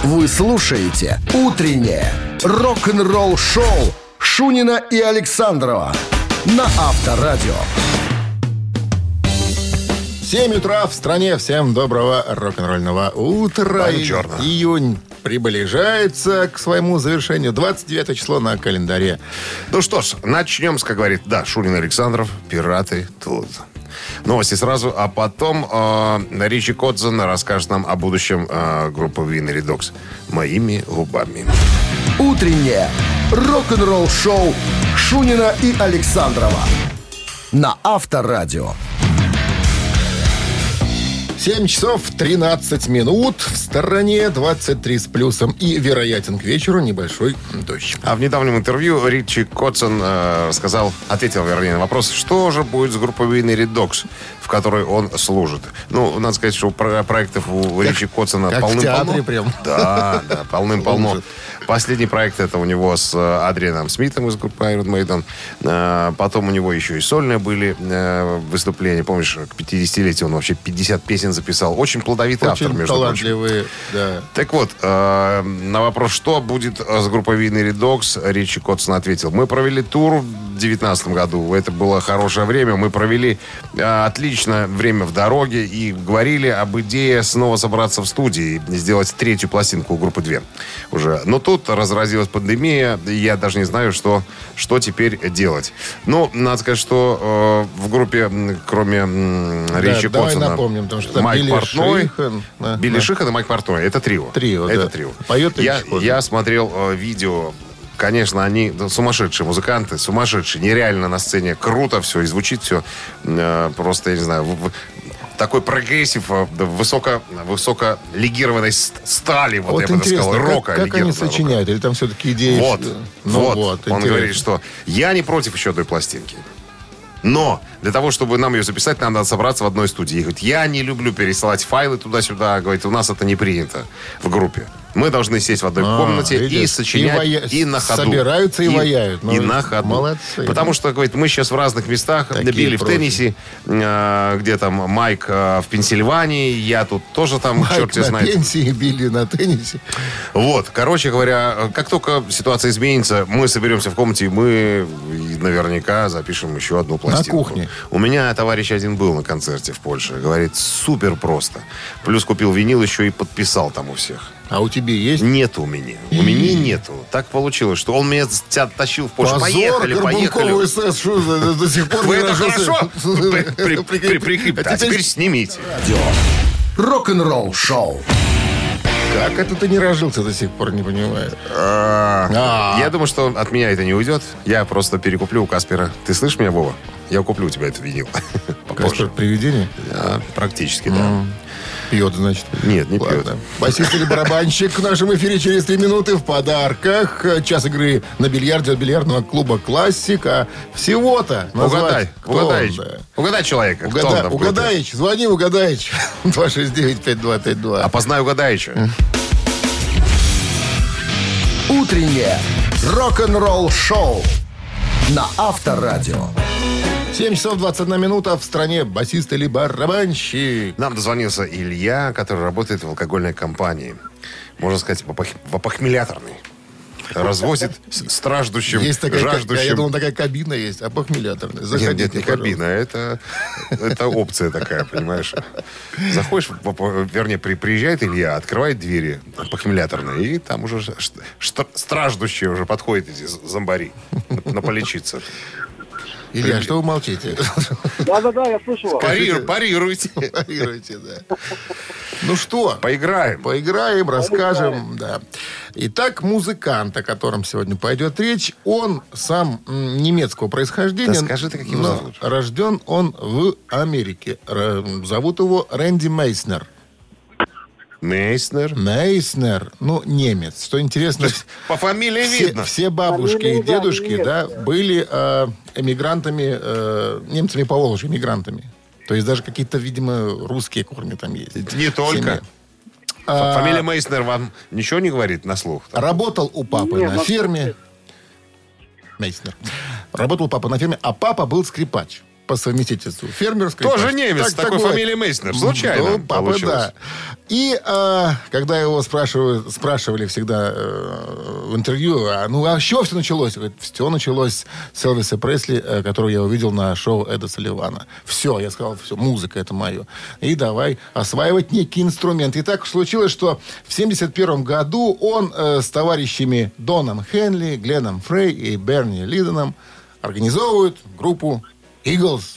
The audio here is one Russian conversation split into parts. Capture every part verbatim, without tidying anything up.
Вы слушаете «Утреннее рок-н-ролл-шоу» Шунина и Александрова на Авторадио. семь утра в стране. Всем доброго рок-н-ролльного утра. Бонжорно. Июнь приближается к своему завершению. двадцать девятое число на календаре. Ну что ж, начнем с, как говорит, да, Шунин Александров, пираты тут. Новости сразу, а потом э, Ричи Котсон расскажет нам о будущем э, группы Winery Dogs моими губами. «Утреннее рок-н-ролл-шоу» Шунина и Александрова на Авторадио. семь часов тринадцать минут. В стороне двадцать три с плюсом. И вероятен к вечеру небольшой дождь. А в недавнем интервью Ричи Котсон э, рассказал, ответил, вернее, на вопрос, что же будет с группой Winery Dogs, в которой он служит. Ну, надо сказать, что про- проектов у как, Ричи Котсона как полным-полно. В театре прям. Да, да, полным-полно. Последний проект это у него с Адрианом Смитом из группы Iron Maiden. Э, потом у него еще и сольные были э, выступления. Помнишь, к пятидесятилетию он вообще пятьдесят песен записал. Очень плодовитый Очень автор, между талантливый, да. Так вот, э, на вопрос, что будет с группой Winery Dogs, Ричи Котсон ответил. Мы провели тур в две тысячи девятнадцатом году. Это было хорошее время. Мы провели э, отличное время в дороге и говорили об идее снова собраться в студии и сделать третью пластинку у группы два уже. Но тут разразилась пандемия, и я даже не знаю, что, что теперь делать. Ну, надо сказать, что э, в группе, кроме э, Ричи да, Котсона, напомним, потому что Майк Билли Портной, Шихан, да, Билли да. Шихан и Майк Портной. Это трио. Трио, Это да. трио. Поет я, Ричи Котсон. я смотрел э, видео. Конечно, они да, сумасшедшие музыканты, сумасшедшие, нереально на сцене. Круто все, и звучит все э, просто, я не знаю, в, в, такой прогрессив, э, высоко, высоко легированной стали, вот, вот я бы сказал, рока. Как, как они сочиняют? Или там все-таки идеи? Вот, ну, вот. вот Он говорит, что я не против еще одной пластинки. Но для того, чтобы нам ее записать, нам надо собраться в одной студии. И говорит, я не люблю пересылать файлы туда-сюда. Говорит, у нас это не принято в группе. Мы должны сесть в одной а, комнате видишь, и сочинять, и, воя... и на ходу. Собираются и, и ваяют. И на ходу. Молодцы. Потому что, говорит, мы сейчас в разных местах. Такие Билли профи. В Теннесси, э, где там Майк э, в Пенсильвании, я тут тоже там, Майк черт на знает. Пенсии, Билли на Теннесси. Вот, короче говоря, как только ситуация изменится, мы соберемся в комнате, и мы наверняка запишем еще одну пластинку. На кухне. У меня товарищ один был на концерте в Польше. Говорит, супер просто. Плюс купил винил еще и подписал там у всех. А у тебя есть? Нет у меня. У меня нету. Так получилось, что он меня тащил в Польшу. Позор, поехали, поехали. СС, что до сих пор вы не это рожался. хорошо прикрепите. А теперь снимите. Рок-н-ролл шоу. Как это ты не рожился до сих пор, не понимаю? Я думаю, что от меня это не уйдет. Я просто перекуплю у Каспера. Ты слышишь меня, Вова? Я куплю у тебя этот винил. Каспер привидение? Практически, да. Пьет, значит. Нет, не пьет. Басист или барабанщик в нашем эфире через три минуты в подарках. Час игры на бильярде от бильярдного клуба «Классик». А всего-то угадай, угадай. Угадай человека. Угада, Угадаич, звони Угадаич. два шесть девять пять два пять два. Опознай Угадаича. Утреннее рок-н-ролл шоу на Авторадио. семь часов двадцать одна минута. В стране басист или барабанщик. Нам дозвонился Илья, который работает в алкогольной компании. Можно сказать, в опохмеляторной. Развозит страждущим, есть такая, жаждущим. Я думал, такая кабина есть, опохмеляторная. Заходите, нет, нет, не кабина. Это, это опция такая, понимаешь. Заходишь, вернее, приезжает Илья, открывает двери опохмеляторные, и там уже страждущие уже подходят эти зомбари на полечиться. Илья, При... что вы молчите? Да-да-да, я слышу вас. Парир, парируйте. Парируйте, да. Ну что? Поиграем. Поиграем, расскажем, да. Итак, музыкант, о котором сегодня пойдет речь, он сам немецкого происхождения. Да скажи ты, как его зовут. Рожден он в Америке. Зовут его Рэнди Мейснер. Мейснер. Мейснер. Ну, немец. Что интересно... По фамилии все, видно. Все бабушки фамилия, и дедушки, да, да, были э, эмигрантами, э, немцами по Волжье, эмигрантами. То есть даже какие-то, видимо, русские корни там есть. Не только. А, фамилия Мейснер вам ничего не говорит на слух? Работал у папы Нет, на ферме. Мейснер. Работал у папы на ферме, а папа был скрипач. по совместительству фермерской. Тоже так, немец, так, такой так фамилией Мейснер. Случайно ну, папа, получилось. да. И а, когда его спрашивали, спрашивали всегда э, в интервью, а, ну а с чего все началось? Говорит, все началось с Элвиса Пресли, э, которого я увидел на шоу Эда Салливана. Все, я сказал, все, музыка это мое. И давай осваивать некий инструмент. И так случилось, что в семьдесят первом году он э, с товарищами Доном Хенли, Гленном Фрей и Берни Лидоном организовывают группу Eagles.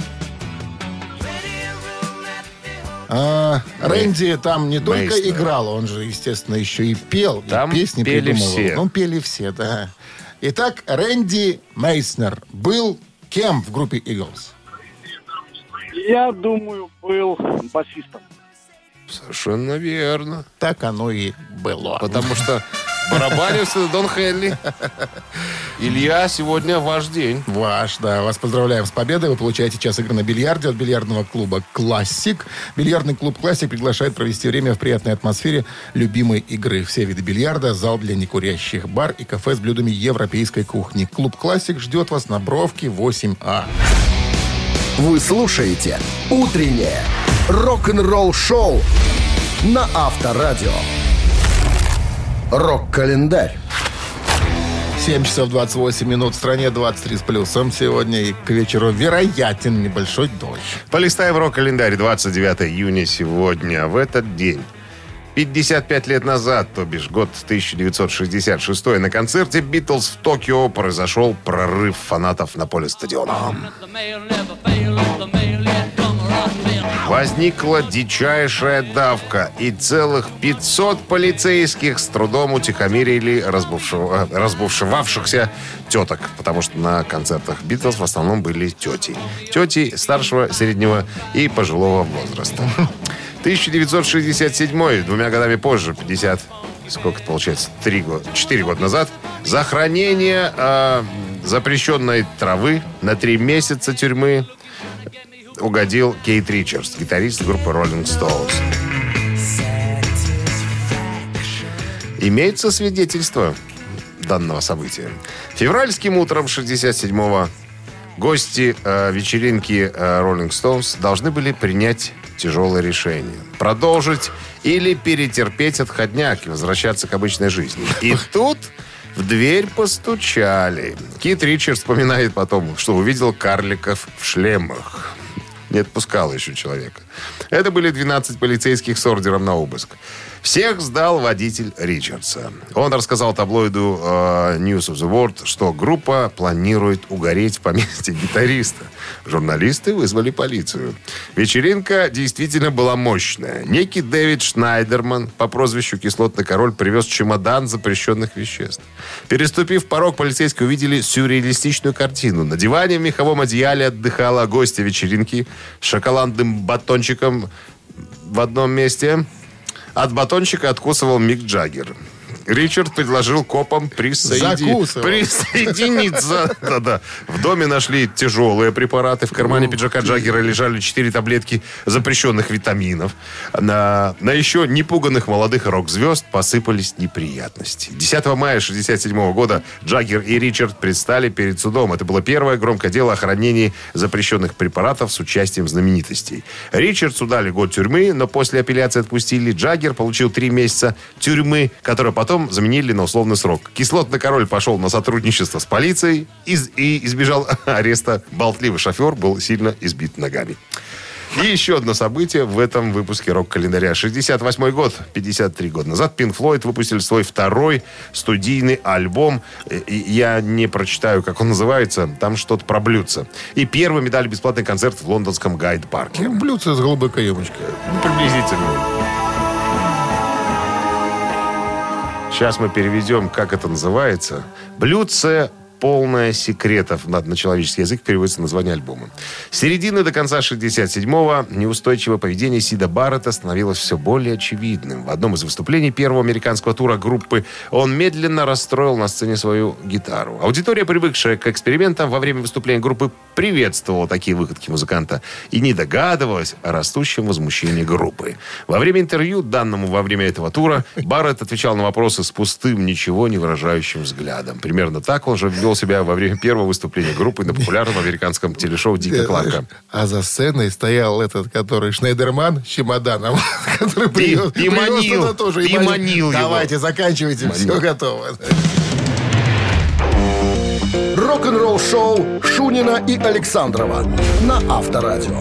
А, Рэнди там не только Мейснер. играл, он же, естественно, еще и пел, Там и песни пели придумывал. все. Ну, пели все, да. Итак, Рэнди Мейснер был кем в группе Eagles? Я думаю, был басистом. Совершенно верно. Так оно и было. Потому что барабанился Дон Хенли. Илья, сегодня ваш день. Ваш, да. Вас поздравляем с победой. Вы получаете час игры на бильярде от бильярдного клуба «Классик». Бильярдный клуб «Классик» приглашает провести время в приятной атмосфере любимой игры. Все виды бильярда, зал для некурящих, бар и кафе с блюдами европейской кухни. Клуб «Классик» ждет вас на Бровке восемь А. Вы слушаете «Утреннее рок-н-ролл-шоу» на Авторадио. Рок-календарь. семь часов двадцать восемь минут. В стране двадцать три с плюсом сегодня. И к вечеру вероятен небольшой дождь. Полистаем рок-календарь. двадцать девятого июня сегодня. В этот день, пятьдесят пять лет назад, то бишь год тысяча девятьсот шестьдесят шестой, на концерте «Битлз» в Токио произошел прорыв фанатов на поле стадиона. Возникла дичайшая давка, и целых пятьсот полицейских с трудом утихомирили разбушев... разбушевавшихся теток, потому что на концертах «Битлз» в основном были тети. Тети старшего, среднего и пожилого возраста. тысяча девятьсот шестьдесят седьмой, двумя годами позже, пятьдесят, сколько это получается, три года, четыре года назад, за хранение э, запрещенной травы на три месяца тюрьмы угодил Кейт Ричардс, гитарист группы Rolling Stones. Имеется свидетельство данного события. Февральским утром шестьдесят седьмого гости э, вечеринки э, Rolling Stones должны были принять тяжелое решение. Продолжить или перетерпеть отходняк и возвращаться к обычной жизни. И тут в дверь постучали. Кит Ричардс вспоминает потом, что увидел карликов в шлемах. Не отпускал еще человека. Это были двенадцать полицейских с ордером на обыск. Всех сдал водитель Ричардса. Он рассказал таблоиду э, News of the World, что группа планирует угореть в поместье гитариста. Журналисты вызвали полицию. Вечеринка действительно была мощная. Некий Дэвид Шнайдерман по прозвищу «Кислотный король» привез чемодан запрещенных веществ. Переступив порог, полицейские увидели сюрреалистичную картину. На диване в меховом одеяле отдыхала гостья вечеринки с шоколадным батончиком в одном месте. От батончика откусывал Мик Джаггер. Ричард предложил копам присоеди... присоединиться. Да-да. В доме нашли тяжелые препараты. В кармане пиджака Джаггера лежали четыре таблетки запрещенных витаминов. На, на еще непуганных молодых рок-звезд посыпались неприятности. десятого мая шестьдесят седьмого года Джаггер и Ричард предстали перед судом. Это было первое громкое дело о хранении запрещенных препаратов с участием знаменитостей. Ричардсу дали год тюрьмы, но после апелляции отпустили. Джаггер получил три месяца тюрьмы, которая потом заменили на условный срок. Кислотный король пошел на сотрудничество с полицией и, и избежал ареста. Болтливый шофер был сильно избит ногами. И еще одно событие в этом выпуске рок-календаря. шестьдесят восьмой год, пятьдесят три года назад, Pink Floyd выпустили свой второй студийный альбом. И я не прочитаю, как он называется. Там что-то про блюдца. И первый медаль бесплатный концерт в лондонском Гайд-парке. Ну, блюдце с голубой каемочкой. Ну, приблизительно. Сейчас мы переведем, как это называется. Блюдце полное секретов. На, на человеческий язык переводится название альбома. С середины до конца шестьдесят седьмого неустойчивое поведение Сида Барретта становилось все более очевидным. В одном из выступлений первого американского тура группы он медленно расстроил на сцене свою гитару. Аудитория, привыкшая к экспериментам, во время выступления группы приветствовала такие выходки музыканта и не догадывалась о растущем возмущении группы. Во время интервью, данному во время этого тура, Барретт отвечал на вопросы с пустым, ничего не выражающим взглядом. Примерно так он же вел почувствовал себя во время первого выступления группы на популярном американском телешоу Дика Кларка. А за сценой стоял этот, который Шнайдерман с чемоданом, который привез, и манил, туда тоже. И, и манил его. Давайте, заканчивайте, манил. Все готово. Рок-н-ролл шоу Шунина и Александрова на Авторадио.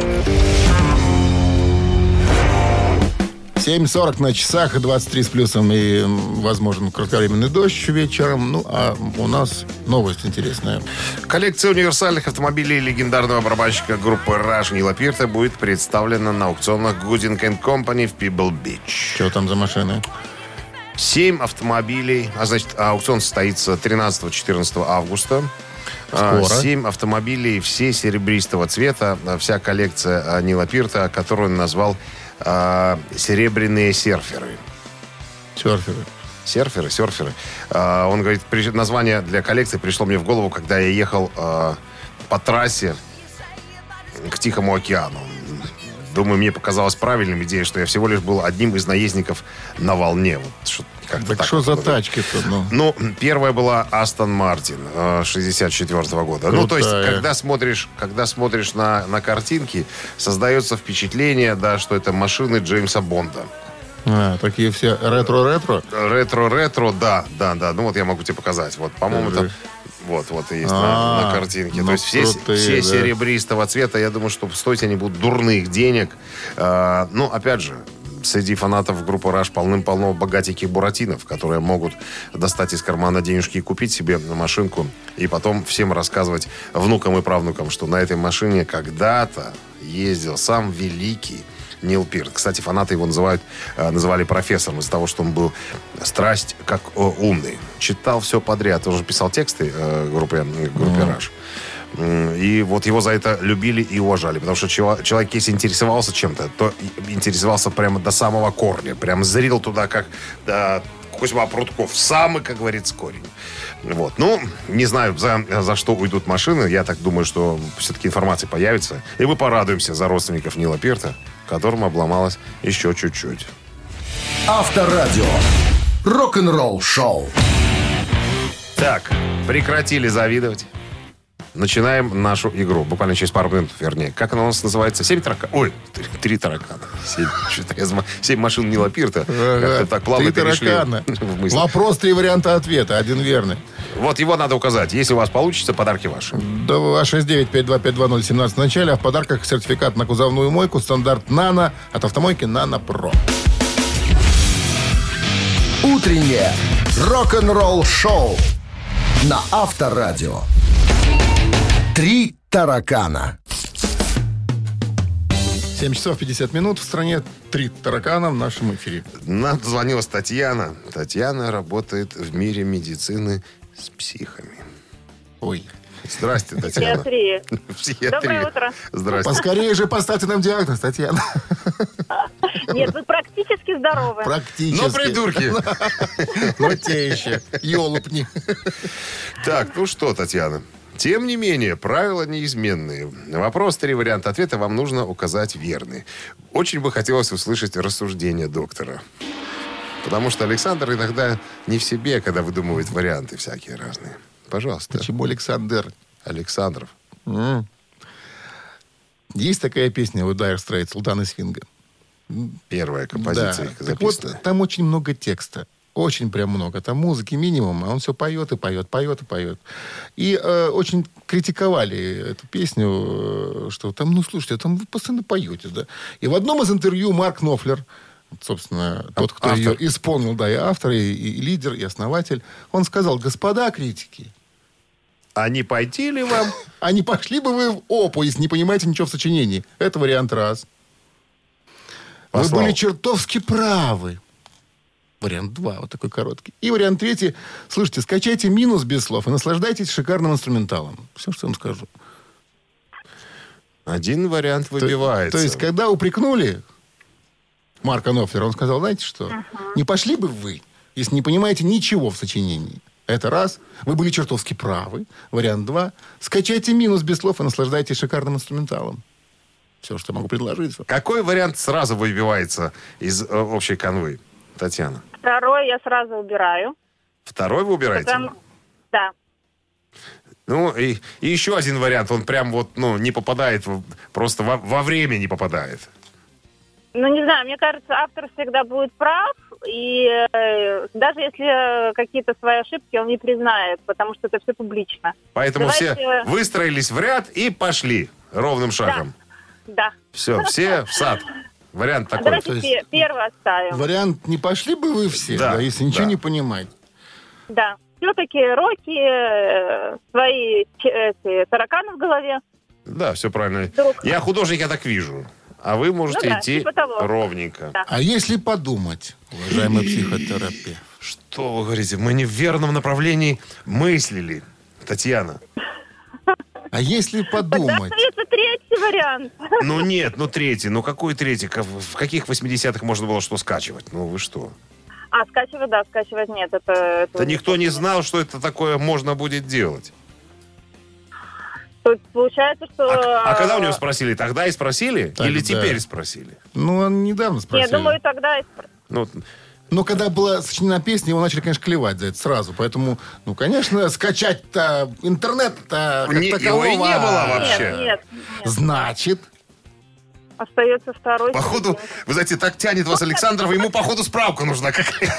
семь сорок на часах, двадцать три с плюсом и, возможен, кратковременный дождь вечером. Ну, а у нас новость интересная. Коллекция универсальных автомобилей легендарного барабанщика группы Rush Нила Пирта будет представлена на аукционах Gooding энд Company в Пибл-Бич. Что там за машины? Семь автомобилей. А значит, аукцион состоится тринадцатого-четырнадцатого августа. Скоро. Семь автомобилей, все серебристого цвета. Вся коллекция Нила Пирта, которую он назвал а, «Серебряные серферы». Серферы. Серферы, серферы. А, он говорит, название для коллекции пришло мне в голову, когда я ехал а, по трассе к Тихому океану. Думаю, мне показалась правильной идеей, что я всего лишь был одним из наездников на волне. Вот, что, так так что вот за было. Тачки-то? Ну? ну, первая была Астон Мартин шестьдесят четвёртого года. Крутая. Ну, то есть, когда смотришь, когда смотришь на, на картинки, создается впечатление, да, что это машины Джеймса Бонда. А, такие все ретро-ретро? Ретро-ретро, да, да, да. Ну, вот я могу тебе показать. Вот, по-моему, это... Вот, вот и есть на, на картинке. Ну, то есть все, крутые, все да. серебристого цвета. Я думаю, что стоить они будут дурных денег. А, ну, опять же, среди фанатов группы Rush полным-полно богатеньких буратинов, которые могут достать из кармана денежки и купить себе машинку. И потом всем рассказывать внукам и правнукам, что на этой машине когда-то ездил сам великий Нил Пирт. Кстати, фанаты его называют, называли профессором из-за того, что он был страсть как о, умный. Читал все подряд. Он уже писал тексты э, группе, группе mm. Rush. И вот его за это любили и уважали. Потому что человек, если интересовался чем-то, то интересовался прямо до самого корня. Прям зрел туда, как да, Кузьма Прутков. Самый, как говорится, корень. Вот. Ну, не знаю, за, за что уйдут машины. Я так думаю, что все-таки информация появится. И мы порадуемся за родственников Нила Пирта, которому обломалось еще чуть-чуть. Авторадио. Рок-н-ролл шоу. Так, прекратили завидовать. Начинаем нашу игру. Буквально через пару минут, вернее. Как она у нас называется? Семь тараканов. Ой, три, три таракана. Семь, семь машин Нила Пирта. Как-то так плавно перешли в мысли. Вопрос, три варианта ответа. Один верный. Вот его надо указать. Если у вас получится, подарки ваши. два шесть девять пять два пять два ноль семнадцать в начале. А в подарках сертификат на кузовную мойку стандарт «Нано» от автомойки «Нано Про». Утреннее рок-н-ролл шоу на Авторадио. Три таракана. семь часов пятьдесят минут. В стране три таракана в нашем эфире. Нам звонилась Татьяна. Татьяна работает в мире медицины с психами. Ой. Здрасте, Татьяна. Психиатрия. Психиатрия. Доброе утро. Здрасте. Поскорее же поставьте нам диагноз, Татьяна. Нет, вы практически здоровы. Практически. Но придурки. Но те еще. Ёлупни. Так, ну что, Татьяна. Тем не менее, правила неизменные. Вопрос, три варианта ответа, вам нужно указать верный. Очень бы хотелось услышать рассуждение доктора. Потому что Александр иногда не в себе, когда выдумывает варианты всякие разные. Пожалуйста. Почему Александр? Александров. Mm. Есть такая песня у Dire Straits «Султаны свинга». Первая композиция да. их Так записана. вот, там очень много текста. Очень прям много. Там музыки минимум, а он все поет и поет, поет и поет. И э, очень критиковали эту песню, что там, ну, слушайте, там вы постоянно поете, да. И в одном из интервью Марк Нофлер, собственно, тот, кто автор. Ее исполнил, да, и автор, и, и лидер, и основатель, он сказал: господа критики, а не пойти ли вам? А не пошли бы вы в опу, если не понимаете ничего в сочинении? Это вариант раз. Вы были чертовски правы. Вариант два, вот такой короткий. И вариант третий. Слушайте, скачайте минус без слов и наслаждайтесь шикарным инструменталом. Все, что я вам скажу. Один вариант выбивается. То, то есть, когда упрекнули Марка Нофлера, он сказал: знаете что, uh-huh. не пошли бы вы, если не понимаете ничего в сочинении. Это раз. Вы были чертовски правы. Вариант два. Скачайте минус без слов и наслаждайтесь шикарным инструменталом. Все, что я могу предложить. Какой вариант сразу выбивается из э, общей канвы, Татьяна? Второй я сразу убираю. Второй вы убираете? Потому... Да. Ну, и, и еще один вариант. Он прям вот, ну, не попадает, в- просто во, во время не попадает. Ну, не знаю, мне кажется, автор всегда будет прав, и э, даже если э, какие-то свои ошибки он не признает, потому что это все публично. Поэтому Давайте- все выстроились в ряд и пошли ровным шагом. Да. Все, все в сад. Вариант А такой. давайте то есть- пе- первый оставим. Вариант «не пошли бы вы все», Да, да, если ничего да. не понимать. Да. Все-таки Рокки, э, свои ч- эти, тараканы в голове. Да, все правильно. Друг. Я художник, я так вижу. А вы можете Ну да, идти типа того. ровненько. Да. А если подумать, уважаемый психотерапевт? Что вы говорите? Мы не в верном направлении мыслили, Татьяна. А если Тогда подумать? остается третий вариант. Ну нет, ну третий. Ну какой третий? Ка- В каких восьмидесятых можно было что скачивать? Ну вы что? А, скачивать, да, скачивать нет. Это, это Да никто не знал, что это такое можно будет делать. Тут получается, что... А, а когда у него спросили? Тогда и спросили? Тогда. Или теперь спросили? Ну, он недавно Я спросил. думаю, тогда... и спро- Ну, Но когда была сочинена песня, его начали, конечно, клевать за это сразу. Поэтому, ну, конечно, скачать-то интернет-то как Не- его такового... и не было вообще. Нет, нет, нет. Значит, Остается второй. походу, вы знаете, так тянет вас Александров, ему, походу, справка нужна какая-то.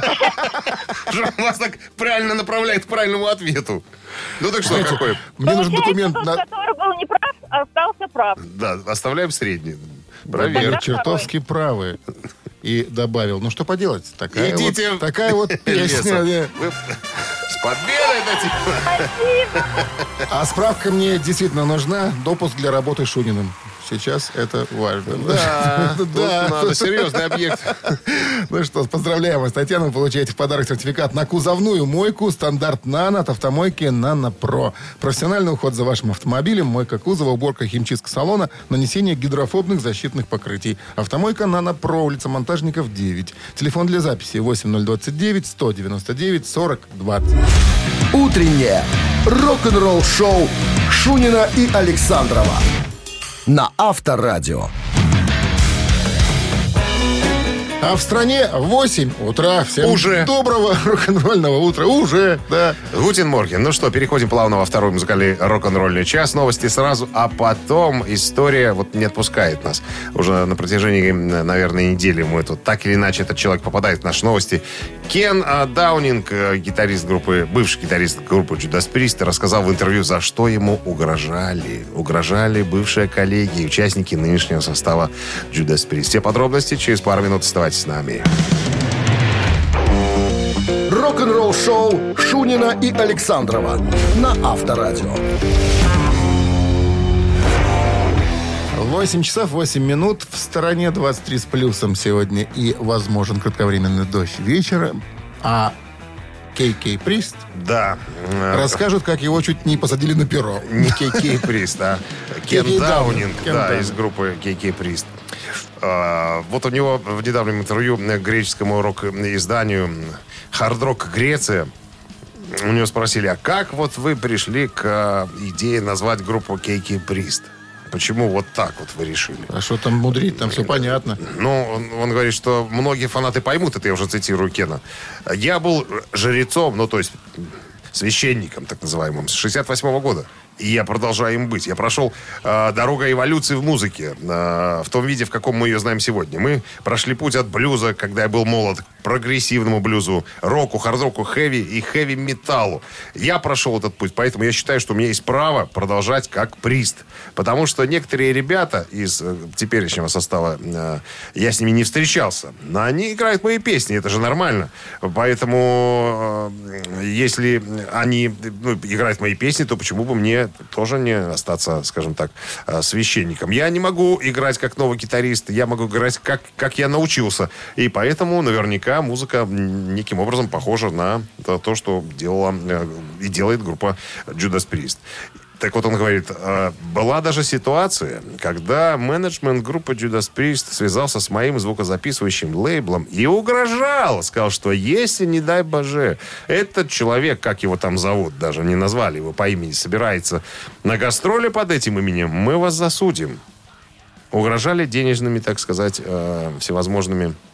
Что он вас так правильно направляет к правильному ответу. Ну так что, какой? мне нужен Получается, документ тот, на... который был неправ, остался прав. Да, оставляем средний. Проверь, Проверь. чертовски правы. И добавил, ну что поделать, такая, Идите вот, такая вот песня. лесом. да. Вы с победой, Татьяна! Спасибо. А справка мне действительно нужна. Допуск для работы Шуниным. Сейчас это важно. Да, тут надо серьезный объект. Ну что, поздравляем вас, Татьяна. Вы получаете в подарок сертификат на кузовную мойку стандарт «Нано» от автомойки «Нано Про». Профессиональный уход за вашим автомобилем, мойка кузова, уборка, химчистка салона, нанесение гидрофобных защитных покрытий. Автомойка «Нано Про», улица Монтажников, девять. Телефон для записи восемь ноль двадцать девять сто девяносто девять сорок двадцать. Утреннее рок-н-ролл-шоу Шунина и Александрова на Авторадио. А в стране восемь утра. Всем Уже. доброго рок-н-ролльного утра. Уже, да. Гутен Морген. Ну что, переходим плавно во второй музыкальный рок-н-ролльный час. Новости сразу, а потом история вот не отпускает нас. Уже на протяжении, наверное, недели мы тут так или иначе этот человек попадает в наши новости. Кен а, Даунинг, э, гитарист группы, бывший гитарист группы Judas Priest, рассказал в интервью, за что ему угрожали. Угрожали бывшие коллеги и участники нынешнего состава Judas Priest. Все подробности через пару минут. Оставайтесь с нами. Рок-н-ролл-шоу Шунина и Александрова на Авторадио. восемь часов восемь минут. В стороне двадцать три с плюсом сегодня и возможен кратковременный дождь вечером. А Кей Кей Прист Да. э, расскажут, как его чуть не посадили на перо. Не Кей Кей Прист, а Кен Кей-Кей Даунинг, Кен да, Даунинг. из группы Кей Кей Прист. А, Вот у него в недавнем интервью греческому рок-изданию «Hard Rock Греция» у него спросили, а как вот вы пришли к а, идее назвать группу Кей Кей Прист? Почему вот так вот вы решили? А что там мудрить? Там все понятно. Ну, он, он говорит, что многие фанаты поймут, это я уже цитирую Кена. Я был жрецом, ну, то есть священником, так называемым, с шестьдесят восьмого года. И я продолжаю им быть. Я прошел э, дорогу эволюции в музыке э, в том виде, в каком мы ее знаем сегодня. Мы прошли путь от блюза, когда я был молод, к прогрессивному блюзу, року, хард-року, хэви и хэви-металлу. Я прошел этот путь, поэтому я считаю, что у меня есть право продолжать как Прист. Потому что некоторые ребята из э, теперешнего состава, э, я с ними не встречался, но они играют мои песни, это же нормально. Поэтому э, если они ну, играют мои песни, то почему бы мне тоже не остаться, скажем так, священником. Я не могу играть как новый гитарист, я могу играть как, как я научился. И поэтому наверняка музыка неким образом похожа на то, что делала и делает группа Judas Priest. Так вот, он говорит, была даже ситуация, когда менеджмент группы Judas Priest связался с моим звукозаписывающим лейблом и угрожал. Сказал, что если, не дай боже, этот человек, как его там зовут, даже не назвали его по имени, собирается на гастроли под этим именем, мы вас засудим. Угрожали денежными, так сказать, всевозможными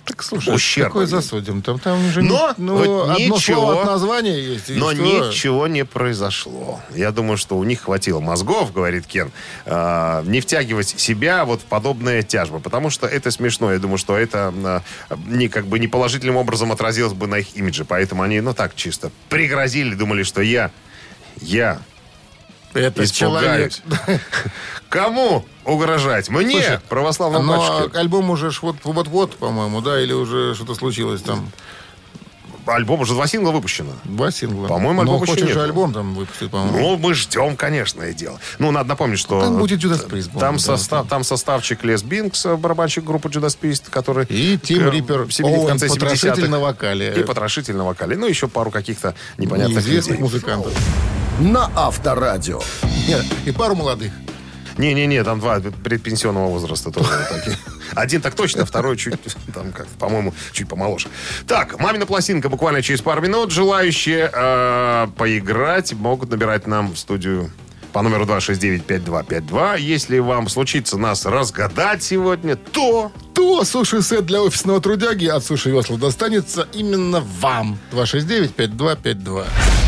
Так, слушай, ущерб. Какой засудим? Там, там уже Но не, ну, вот одно ничего, слово от названия есть. Но что? ничего не произошло. Я думаю, что у них хватило мозгов, говорит Кен, э, не втягивать себя вот в подобные тяжбы. Потому что это смешно. Я думаю, что это э, не, как бы, не положительным образом отразилось бы на их имидже. Поэтому они, ну так, чисто пригрозили, думали, что я, я Это испугаюсь. человек. Кому угрожать? Мне, Слушай, православному но батюшке. альбом уже ж вот, вот-вот, по-моему, да? Или уже что-то случилось там? Альбом уже два сингла выпущено. Два сингла. По-моему, альбом Но еще хочешь нет. же альбом там выпустить, по-моему. Ну, мы ждем, конечно, и дело. Ну, надо напомнить, что... Там будет Judas Priest, Там, по-моему, состав, да. там составчик Les Бинкс, барабанщик группы Judas Priest, который... И Тим э, Риппер, в семидесятых, в Оуэн, конце потрошитель семидесятых. на вокале. И потрошитель на вокале. Ну, еще пару каких-то непонятных Неизвестных людей. музыкантов. На Авторадио. Нет, и пару молодых. Не-не-не, там два предпенсионного возраста тоже. такие. Один так точно, второй чуть, там как, по-моему, чуть помоложе. Так, «Мамина пластинка» буквально через пару минут. Желающие э, поиграть могут набирать нам в студию по номеру два шесть девять пять два пять два. Если вам случится нас разгадать сегодня, то... То суши-сет для офисного трудяги от Суши Весла достанется именно вам. два шесть девять пять два пять два.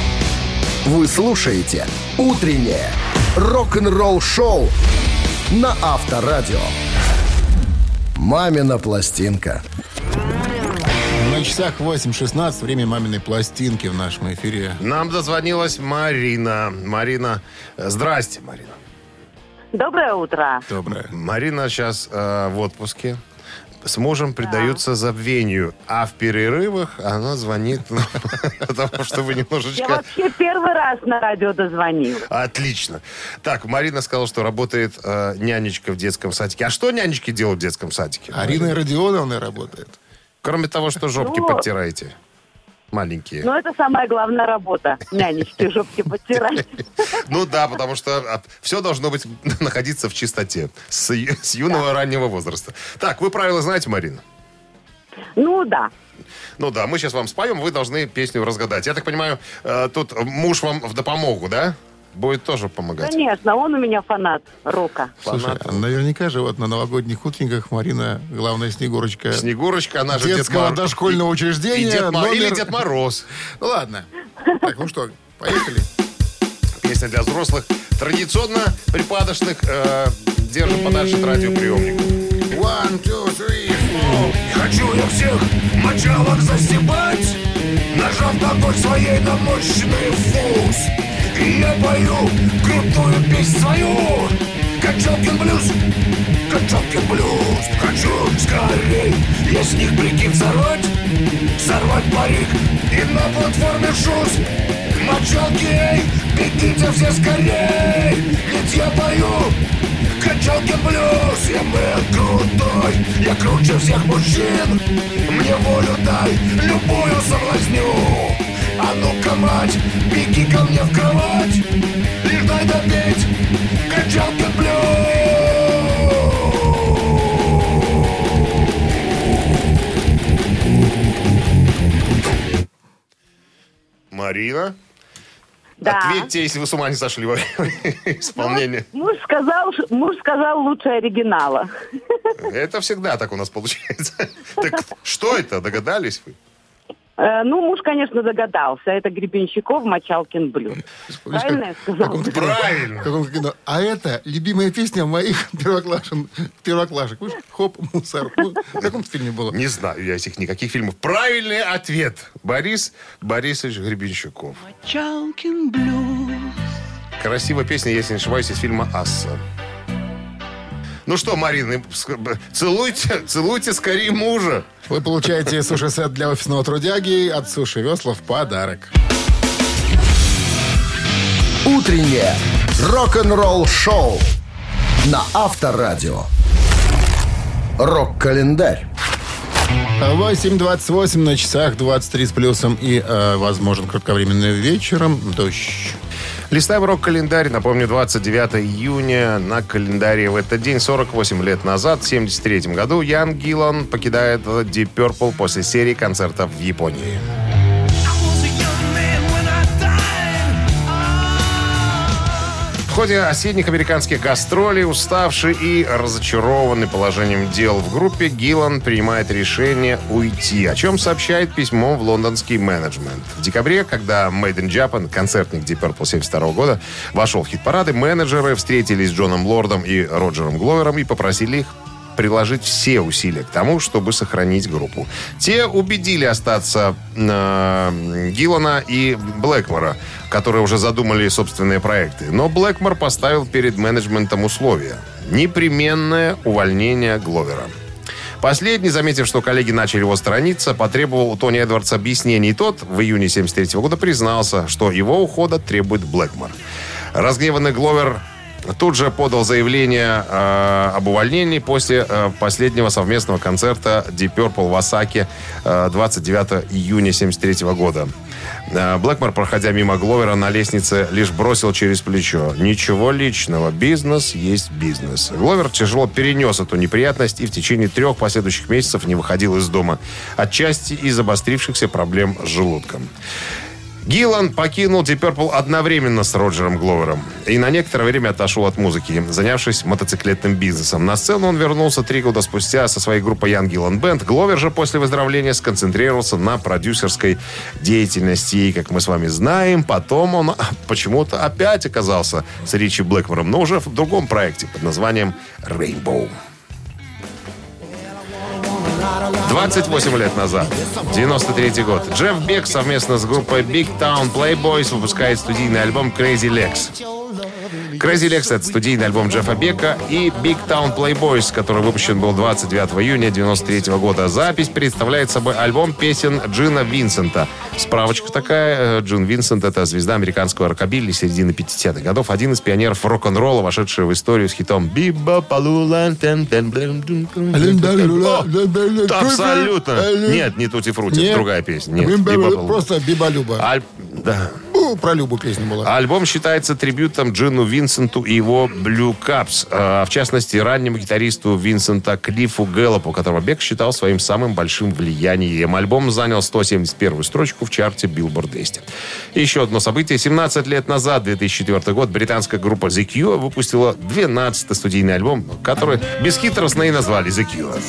Вы слушаете «Утреннее рок-н-ролл-шоу» на Авторадио. «Мамина пластинка». На часах восемь шестнадцать, время маминой пластинки в нашем эфире. Нам дозвонилась Марина. Марина, э, здрасте, Марина. Доброе утро. Доброе. Марина сейчас э, в отпуске. С мужем предаются забвению. А в перерывах она звонит, ну, потому что вы Я немножечко... вообще первый раз на радио дозвонилась. Отлично. Так, Марина сказала, что работает э, нянечка в детском садике. А что нянечки делают в детском садике? Арина Родионовна работает. Кроме того, что жопки Ну, подтираете. Маленькие. Ну, это самая главная работа. Нянечки, жопки подтирать. Ну да, потому что все должно быть находиться в чистоте с, ю- с юного раннего возраста. Так, вы правила знаете, Марина? Ну, да. Ну да, мы сейчас вам споем, вы должны песню разгадать. Я так понимаю, э, тут муж вам в допомогу, да? Будет тоже помогать. Конечно, он у меня фанат рока. Слушай, Фанат. а наверняка же вот на новогодних утренниках Марина, главная Снегурочка Снегурочка, она же Дед детского Мор- дошкольного и- учреждения. и Дед Мо- номер- Или Дед Мороз. Ну ладно. Так, ну что, поехали. Песня для взрослых. Традиционно припадочных э, держим подальше от радиоприемника. One, two, three, four. Хочу я всех мочалок застебать, нажав ногой своей на мощный фуз. И я пою крутую песню свою. Качалкин блюз, Качалкин блюз. Хочу скорей я с них прикид сорвать, сорвать парик и на платформе шуз. Мочалки, эй, бегите все скорей, ведь я пою Качалкин блюз. Я мэн крутой, я круче всех мужчин. Мне волю дай, любую соблазню. А ну-ка, мать, беги ко мне в кровать, лишь дай допеть Качалкин блюз. Марина, Да. ответьте, если вы с ума не сошли во время исполнения. Муж сказал, муж сказал лучше оригинала. Это всегда так у нас получается. Так что это, догадались вы? Э, Ну, муж, конечно, догадался. Это Гребенщиков, Мочалкин блюз. Правильно я сказала? Правильно. Как он кино. А это любимая песня моих первоклашек. Первоклашек. Вы ж, хоп, мусор. Ну, в каком фильме было? Не знаю я этих никаких фильмов. Правильный ответ. Борис Борисович Гребенщиков. Мочалкин блюз. Красивая песня, если не ошибаюсь, из фильма «Асса». Ну что, Марина, целуйте, целуйте скорее мужа. Вы получаете суши-сет для офисного трудяги от Суши Весла в подарок. «Утреннее рок-н-ролл-шоу» на Авторадио. Рок-календарь. восемь двадцать восемь на часах, двадцать три с плюсом и, э, возможно, кратковременным вечером дождь. Листаем рок-календарь. Напомню, двадцать девятого июня на календаре в этот день, сорок восемь лет назад, в семьдесят третьем году, Ян Гиллан покидает Deep Purple после серии концертов в Японии. В ходе осенних американских гастролей, уставший и разочарованный положением дел в группе, Гиллан принимает решение уйти, о чем сообщает письмом в лондонский менеджмент. В декабре, когда Made in Japan, концертник Deep Purple семьдесят второго года, вошел в хит-парады, менеджеры встретились с Джоном Лордом и Роджером Гловером и попросили их приложить все усилия к тому, чтобы сохранить группу. Те убедили остаться э, Гиллана и Блэкмора, которые уже задумали собственные проекты. Но Блэкмор поставил перед менеджментом условия. Непременное увольнение Гловера. Последний, заметив, что коллеги начали его сторониться, потребовал у Тони Эдвардса объяснений. И тот в июне семьдесят третьего года признался, что его ухода требует Блэкмор. Разгневанный Гловер тут же подал заявление э, об увольнении после э, последнего совместного концерта Deep Purple в Осаке э, двадцать девятого июня семьдесят третьего года. Э, Блэкмор, проходя мимо Гловера на лестнице, лишь бросил через плечо: «Ничего личного, бизнес есть бизнес». Гловер тяжело перенес эту неприятность и в течение трех последующих месяцев не выходил из дома, отчасти из обострившихся проблем с желудком. Гиллан покинул Deep Purple одновременно с Роджером Гловером и на некоторое время отошел от музыки, занявшись мотоциклетным бизнесом. На сцену он вернулся три года спустя со своей группой Young Gillan Band. Гловер же после выздоровления сконцентрировался на продюсерской деятельности. И, как мы с вами знаем, потом он почему-то опять оказался с Ричи Блэкмором, но уже в другом проекте под названием Rainbow. двадцать восемь лет назад, девяносто третий год, Джефф Бек совместно с группой Big Town Playboys выпускает студийный альбом Crazy Legs. Crazy Legs — это студийный альбом Джеффа Бека и Big Town Playboys, который выпущен был двадцать девятого июня девяносто третьего года. Запись представляет собой альбом песен Джина Винсента. Справочка такая. Джин Винсент — это звезда американского рокобилли середины пятидесятых годов, один из пионеров рок-н-ролла, вошедший в историю с хитом «Биба Палула». Абсолютно. Нет, не Тути Фрути, это другая песня. Нет, просто Биба-Люба. Аль... Да. Ну, про Любу песня была. Альбом считается трибютом Джину Винсенту и его Blue Caps, а, в частности, раннему гитаристу Винсента Клиффу Гэллопу, которого Бек считал своим самым большим влиянием. Альбом занял сто семьдесят первую строчку в чарте Billboard двести. И еще одно событие. семнадцать лет назад, две тысячи четвёртый год, британская группа The Cure выпустила двенадцатый студийный альбом, который бесхитростно и назвали The Cure.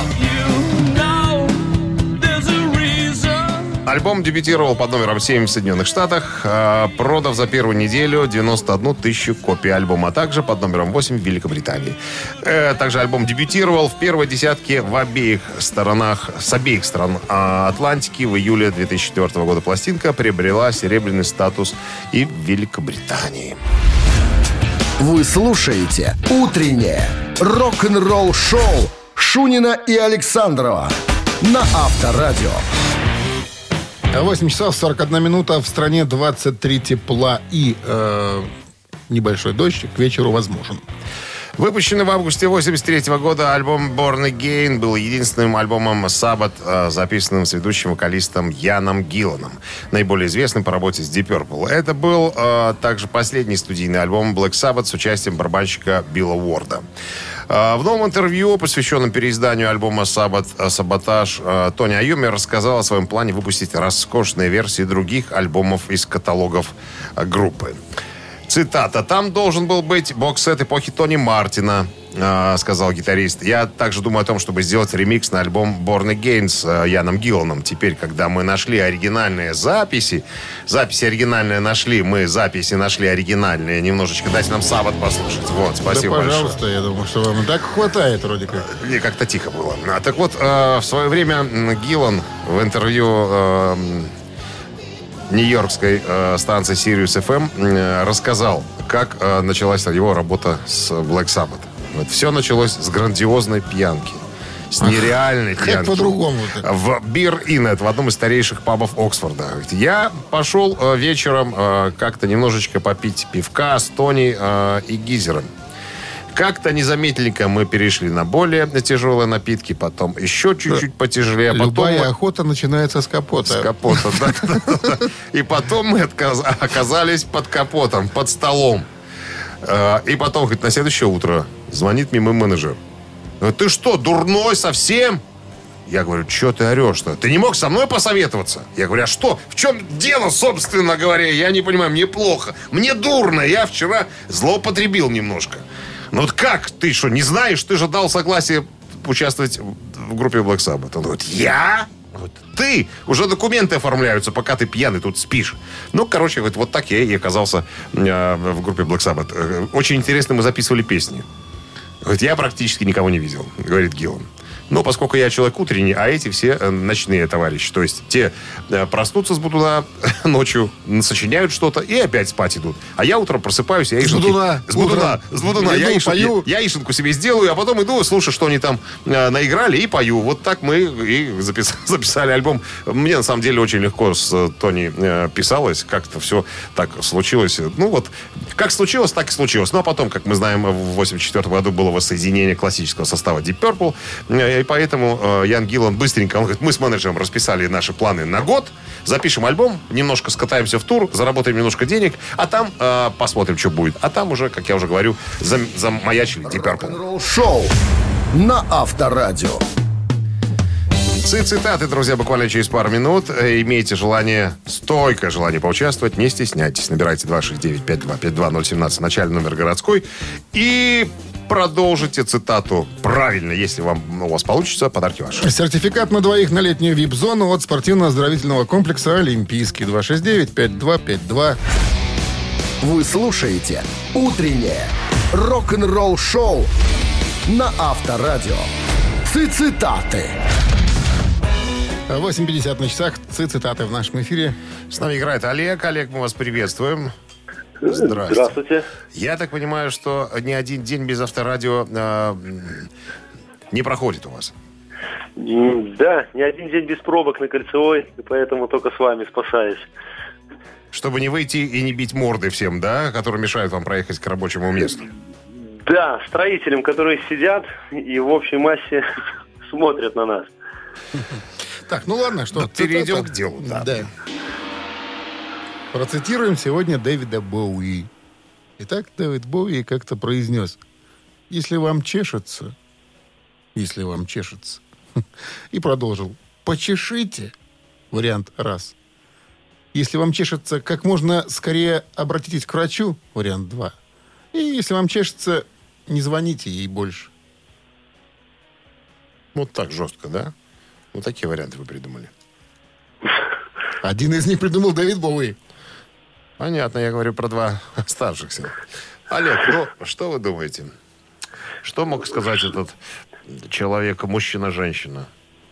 Альбом дебютировал под номером семь в Соединенных Штатах, продав за первую неделю девяносто одну тысячу копий альбома, а также под номером восемь в Великобритании. Также альбом дебютировал в первой десятке в обеих сторонах, с обеих сторон Атлантики. В июле две тысячи четвёртого года пластинка приобрела серебряный статус и в Великобритании. Вы слушаете «Утреннее рок-н-ролл-шоу» Шунина и Александрова на Авторадио. восемь часов сорок одна минута. В стране двадцать три тепла и э, небольшой дождь к вечеру возможен. Выпущенный в августе восемьдесят третьего года альбом Born Again был единственным альбомом Sabbath, записанным с ведущим вокалистом Яном Гилланом, наиболее известным по работе с Deep Purple. Это был э, также последний студийный альбом Black Sabbath с участием барабанщика Билла Уорда. В новом интервью, посвященном переизданию альбома «Sabbath, Саботаж», Тони Айоми рассказал о своем плане выпустить роскошные версии других альбомов из каталогов группы. Цитата. «Там должен был быть бокс-сет эпохи Тони Мартина», э, сказал гитарист. «Я также думаю о том, чтобы сделать ремикс на альбом Born Again с э, Яном Гилланом. Теперь, когда мы нашли оригинальные записи, записи оригинальные нашли, мы записи нашли оригинальные. Немножечко дайте нам Sabbath послушать». Вот, спасибо да, большое. пожалуйста, я думаю, что вам и так хватает вроде как. Не, как-то тихо было. А, так вот, э, в свое время Гиллан в интервью... Э, нью-йоркской э, станции Sirius эф эм э, рассказал, как э, началась его работа с Black Sabbath. Вот, все началось с грандиозной пьянки. С нереальной как пьянки. по-другому. В Beer Innet, в одном из старейших пабов Оксфорда. Я пошел э, вечером э, как-то немножечко попить пивка с Тони э, и Гизером. Как-то незаметненько мы перешли на более тяжелые напитки, потом еще чуть-чуть потяжелее. А Любая потом... охота начинается с капота. С капота, да. И потом мы оказались под капотом, под столом. И потом, говорит, на следующее утро звонит мне мой менеджер. «Ты что, дурной совсем?» Я говорю, что ты орешь-то? Ты не мог со мной посоветоваться? Я говорю, а что? В чем дело, собственно говоря? Я не понимаю, мне плохо. Мне дурно. Я вчера злоупотребил немножко. Ну вот как? Ты что, не знаешь? Ты же дал согласие участвовать в группе Black Sabbath. Он говорит, я? Вот, ты! Уже документы оформляются, пока ты пьяный тут спишь. Ну, короче, говорит, вот так я и оказался э, в группе Black Sabbath. Очень интересно, мы записывали песни. Говорит, я практически никого не видел, говорит Гиллан. Но поскольку я человек утренний, а эти все э, ночные товарищи. То есть те э, проснутся с будуна ночью, сочиняют что-то и опять спать идут. А я утром просыпаюсь, я С ишенки... будуна. С будуна. С будуна. Я, ишенки, пою. я ишенку себе сделаю, а потом иду, слушаю, что они там э, наиграли, и пою. Вот так мы и запис... записали альбом. Мне, на самом деле, очень легко с э, Тони э, писалось. Как-то все так случилось. Ну вот, как случилось, так и случилось. Ну а потом, как мы знаем, в восемьдесят четвёртом году было воссоединение классического состава Deep Purple. Э, И поэтому э, Ян Гиллан быстренько, он говорит, мы с менеджером расписали наши планы на год, запишем альбом, немножко скатаемся в тур, заработаем немножко денег, а там э, посмотрим, что будет. А там уже, как я уже говорю, зам, замаячили Deep Purple. Рок-н-ролл-шоу на Авторадио. Цитаты, друзья, буквально через пару минут. Имеете желание, стойкое желание поучаствовать, не стесняйтесь. Набирайте два шесть девять пять два пять два ноль один семь, начальный номер городской. И продолжите цитату правильно. Если вам, у вас получится, подарки ваши. Сертификат на двоих на летнюю вип-зону от спортивно-оздоровительного комплекса «Олимпийский». два шесть девять пять два пять два. Вы слушаете «Утреннее рок-н-ролл-шоу» на Авторадио. Цитаты. восемь пятьдесят на часах. Цитаты в нашем эфире. С нами играет Олег. Олег, мы вас приветствуем. Здравствуйте. Здравствуйте. Я так понимаю, что ни один день без Авторадио э, не проходит у вас. М, Да, ни один день без пробок на Кольцевой, и поэтому только с вами спасаюсь. Чтобы не выйти и не бить морды всем, да, которые мешают вам проехать к рабочему месту. Да, строителям, которые сидят и в общей массе смотрят на нас. Так, ну ладно, что? Да, перейдем цитата. к делу, да. Да. Процитируем сегодня Дэвида Боуи. Итак, Дэвид Боуи как-то произнес: если вам чешется, если вам чешется, и продолжил: почешите, вариант раз. Если вам чешется, как можно скорее обратитесь к врачу, вариант два. И если вам чешется, не звоните ей больше. Вот так жестко, да? Вот такие варианты вы придумали. Один из них придумал Дэвид Боуи. Понятно, я говорю про два оставшихся. Олег, ну, что вы думаете? Что мог сказать этот человек, мужчина-женщина?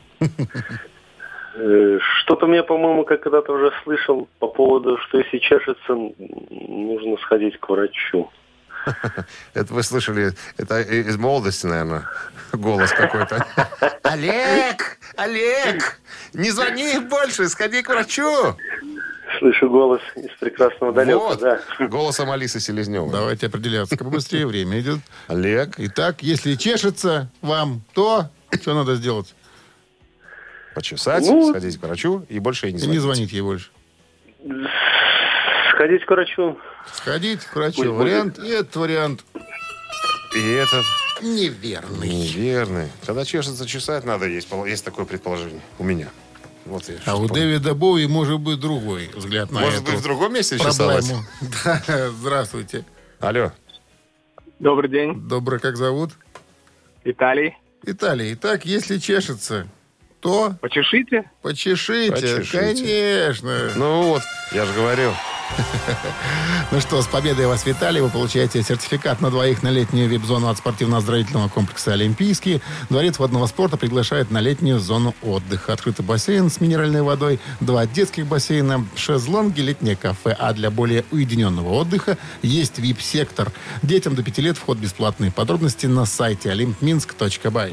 Э, Что-то мне, по-моему, как когда-то уже слышал по поводу, что если чешется, нужно сходить к врачу. Это вы слышали, это из молодости, наверное, голос какой-то. Олег! Олег! Не звони больше, сходи к врачу! Слышу голос из прекрасного далека, Вот, да. голосом Алисы Селезневой. Давайте определяться. Побыстрее время идет. Олег, Итак, если чешется вам, то что надо сделать? почесать, Ну, сходить к врачу и больше и не И звонить. не звонить ей больше. Сходить к врачу. Сходить к врачу. Пусть Вариант. И этот вариант И этот неверный. неверный. Когда чешется, чесать надо, есть, пол- есть такое предположение у меня. Вот я А что у помню. Дэвида Боуи может быть другой взгляд на Может эту быть, в другом месте чесалось? проблему. Да, здравствуйте. Алло. Добрый день, Добрый, как зовут? Виталий. Виталий, итак, если чешется, то Почешите. почешите. Почешите. Конечно. Ну вот, я же говорил. Ну что, с победой вас, Виталий. Вы получаете сертификат на двоих на летнюю вип-зону от спортивно-оздоровительного комплекса «Олимпийский». Дворец водного спорта приглашает на летнюю зону отдыха. Открытый бассейн с минеральной водой, два детских бассейна, шезлонги, летнее кафе. А для более уединенного отдыха есть вип-сектор. Детям до пяти лет вход бесплатный. Подробности на сайте олимп минск точка бай.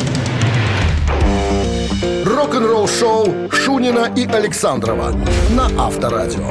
Рок-н-ролл-шоу Шунина и Александрова на Авторадио.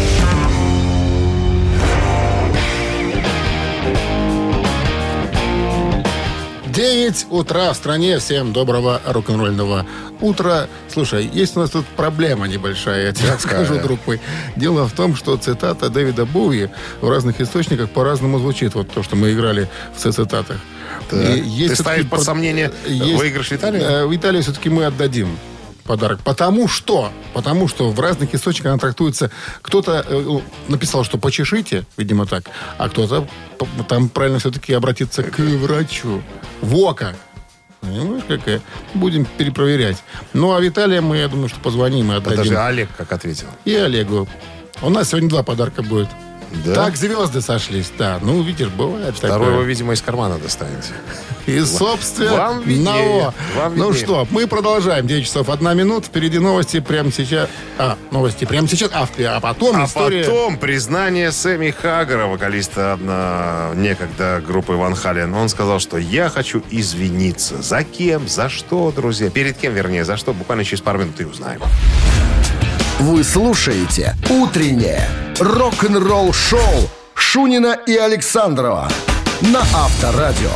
девять утра в стране. Всем доброго рок-н-ролльного утра. Слушай, есть у нас тут проблема небольшая, я тебе скажу, друг мой. Дело в том, что цитата Дэвида Боуи в разных источниках по-разному звучит. Вот то, что мы играли в цитатах. И есть Ты ставишь все-таки под сомнение есть- выигрыш Виталия? Э, Виталию все-таки мы отдадим подарок. Потому что, потому что в разных источниках она трактуется. Кто-то э, написал, что почешите, видимо так, а кто-то п- там правильно все-таки обратиться к врачу. Во как! Понимаешь, какая? Будем перепроверять. Ну, а Виталия мы, я думаю, что позвоним и отдадим. Подожди, а Олег как ответил? И Олегу. У нас сегодня два подарка будет. Да? Так звезды сошлись, да. Ну, видишь, бывает Второй такое. его, видимо, из кармана достанете. И, собственно, Вам виднее. наво. Вам Ну виднее. что, мы продолжаем. девять часов одна минута. Впереди новости прямо сейчас. А, новости прямо сейчас. А, а потом А история... потом признание Сэмми Хаггара, вокалиста на некогда группы Ван Хален. Он сказал, что я хочу извиниться. За кем? За что, друзья? Перед кем, вернее, за что? Буквально через пару минут и узнаем. Вы слушаете «Утреннее рок-н-ролл-шоу» Шунина и Александрова на Авторадио.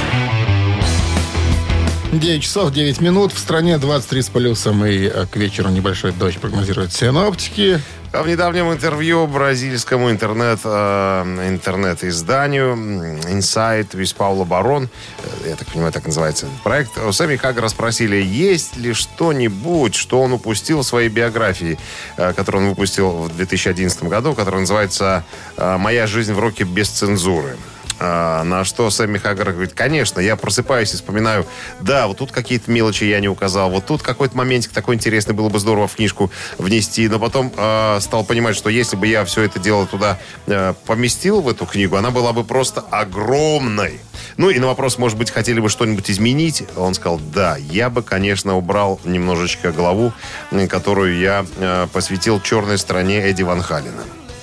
девять часов девять минут. В стране двадцать три с плюсом. И э, к вечеру небольшой дождь прогнозируют синоптики. А в недавнем интервью бразильскому интернет, э, интернет-изданию Inside with Пауло Барон, э, я так понимаю, так называется этот проект, у Сэмми Хаггара спросили, есть ли что-нибудь, что он упустил в своей биографии, э, которую он выпустил в две тысячи одиннадцатом году, которая называется э, «Моя жизнь в роке без цензуры». А, на что Сэмми Хаггар говорит, конечно, я просыпаюсь и вспоминаю, да, вот тут какие-то мелочи я не указал, вот тут какой-то моментик такой интересный, было бы здорово в книжку внести, но потом э, стал понимать, что если бы я все это дело туда э, поместил, в эту книгу, она была бы просто огромной. Ну и на вопрос, может быть, хотели бы что-нибудь изменить, он сказал, да, я бы, конечно, убрал немножечко главу, которую я э, посвятил черной стороне Эдди Ван Халена.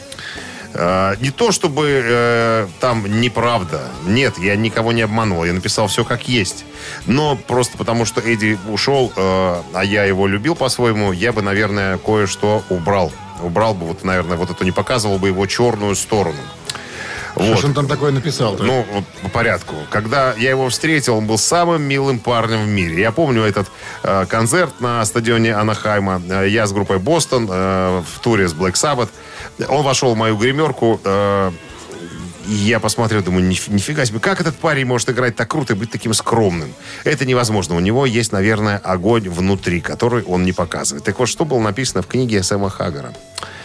Uh, не то, чтобы uh, там неправда. Нет, я никого не обманул. Я написал все как есть. Но просто потому, что Эдди ушел, uh, а я его любил по-своему, я бы, наверное, кое-что убрал. Убрал бы, вот, наверное, вот эту, не показывал бы его черную сторону. Что Вот. ж он там такое написал? Ну, вот по порядку. Когда я его встретил, он был самым милым парнем в мире. Я помню этот э, концерт на стадионе Анахайма. Э, я с группой «Бостон» э, в туре с Black Sabbath. Он вошел в мою гримерку. Э, и я посмотрел, думаю, «Ниф- нифига себе, как этот парень может играть так круто и быть таким скромным? Это невозможно. У него есть, наверное, огонь внутри, который он не показывает. Так вот, что было написано в книге Сэма Хаггара?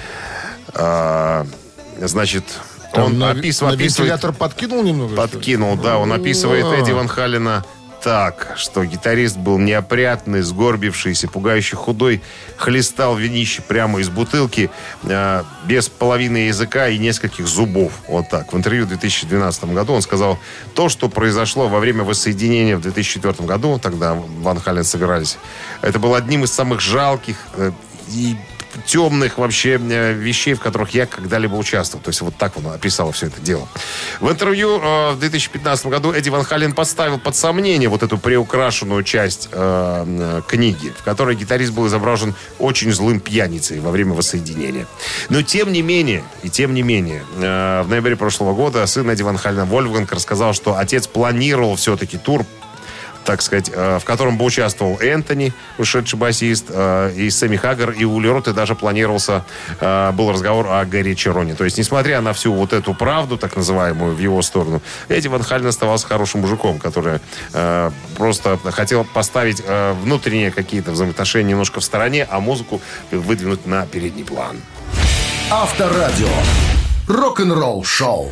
Э, значит... Там Он на, опис- на описывает... вентилятор подкинул немного? что ли? Подкинул, да. Он описывает А. Эдди Ван Халена так, что гитарист был неопрятный, сгорбившийся, пугающе худой, хлестал винище прямо из бутылки, э, без половины языка и нескольких зубов. Вот так. В интервью в две тысячи двенадцатом году он сказал, то, что произошло во время воссоединения в две тысячи четвёртом году, тогда Ван Хален собирались, это был одним из самых жалких э, и темных вообще э, вещей, в которых я когда-либо участвовал. То есть вот так он описал все это дело. В интервью э, в две тысячи пятнадцатом году Эдди Ван Хален подставил под сомнение вот эту приукрашенную часть э, э, книги, в которой гитарист был изображен очень злым пьяницей во время воссоединения. Но тем не менее, и тем не менее, э, в ноябре прошлого года сын Эдди Ван Халена Вольфганг рассказал, что отец планировал все-таки тур, так сказать, в котором бы участвовал Энтони, ушедший басист, и Сэмми Хаггар, и у Лероты даже планировался, был разговор о Гэри Чироне. То есть, несмотря на всю вот эту правду, так называемую, в его сторону, Эдди Ван Хален оставался хорошим мужиком, который просто хотел поставить внутренние какие-то взаимоотношения немножко в стороне, а музыку выдвинуть на передний план. Авторадио. Рок-н-ролл шоу.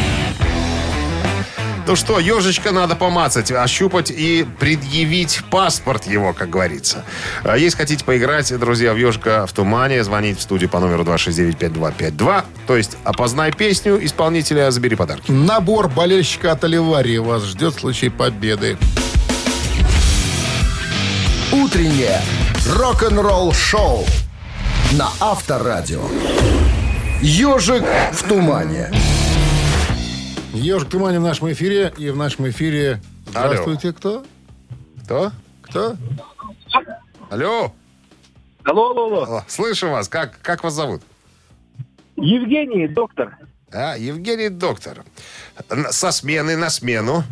Ну что, ежечка надо помацать, ощупать и предъявить паспорт его, как говорится. А если хотите поиграть, друзья, в ежика в тумане, звоните в студию по номеру два шесть девять пять два пять два. То есть опознай песню исполнителя, забери подарки. Набор болельщика от Оливарии вас ждет в случае победы. Утреннее рок-н-ролл шоу на Авторадио. Ежик в тумане. Ежик в тумане в нашем эфире. И в нашем эфире... Здравствуйте, Алло. кто? Кто? Кто? Алло. Алло, алло, алло. О, слышу вас. Как, как вас зовут? Евгений, доктор. А, Евгений Доктор. Н- Со смены на смену.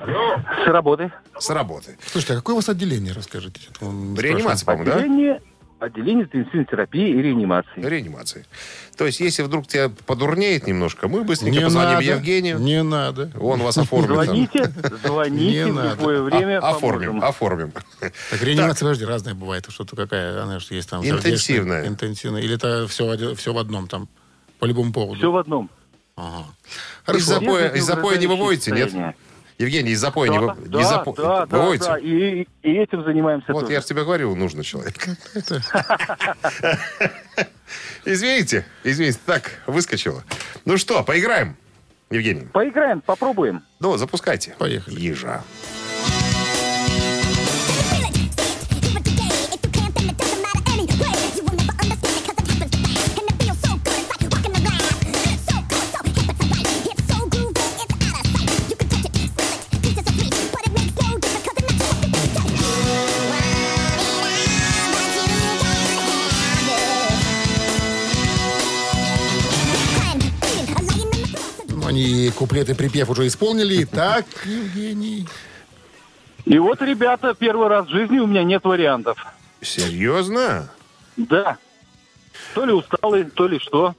С работы. С работы. Слушайте, а какое у вас отделение, расскажите? Реанимация, по-моему, да? Отделение, Отделение интенсивной терапии и реанимации. Реанимации. То есть, если вдруг тебя подурнеет немножко, мы быстренько Не позвоним надо, Евгению. Не надо. Он вас оформит. там. Звоните, звоните Не в надо. любое время. А- Оформим, поможем. оформим. Так реанимация, подожди, разная бывает. Что-то какая, она же есть там... Интенсивная. сердечная, интенсивная. Или это все, все в одном там, по любому поводу? Все в одном. Ага. Из Хорошо. запоя, из запоя не выводите, нет? Состояние. Евгений, из запоя не, Да, вы... да, из запо- да, да, выводите? да, и, и этим занимаемся Вот тоже. я же тебе говорил, нужно человек. Извините, извините, так, выскочило. Ну что, поиграем, Евгений? Поиграем, попробуем. Ну, запускайте. Поехали. Ежа. Ну, они куплет и припев уже исполнили. Так, Евгений. И вот, ребята, первый раз в жизни у меня нет вариантов. Серьезно? Да. То ли усталый, то ли что.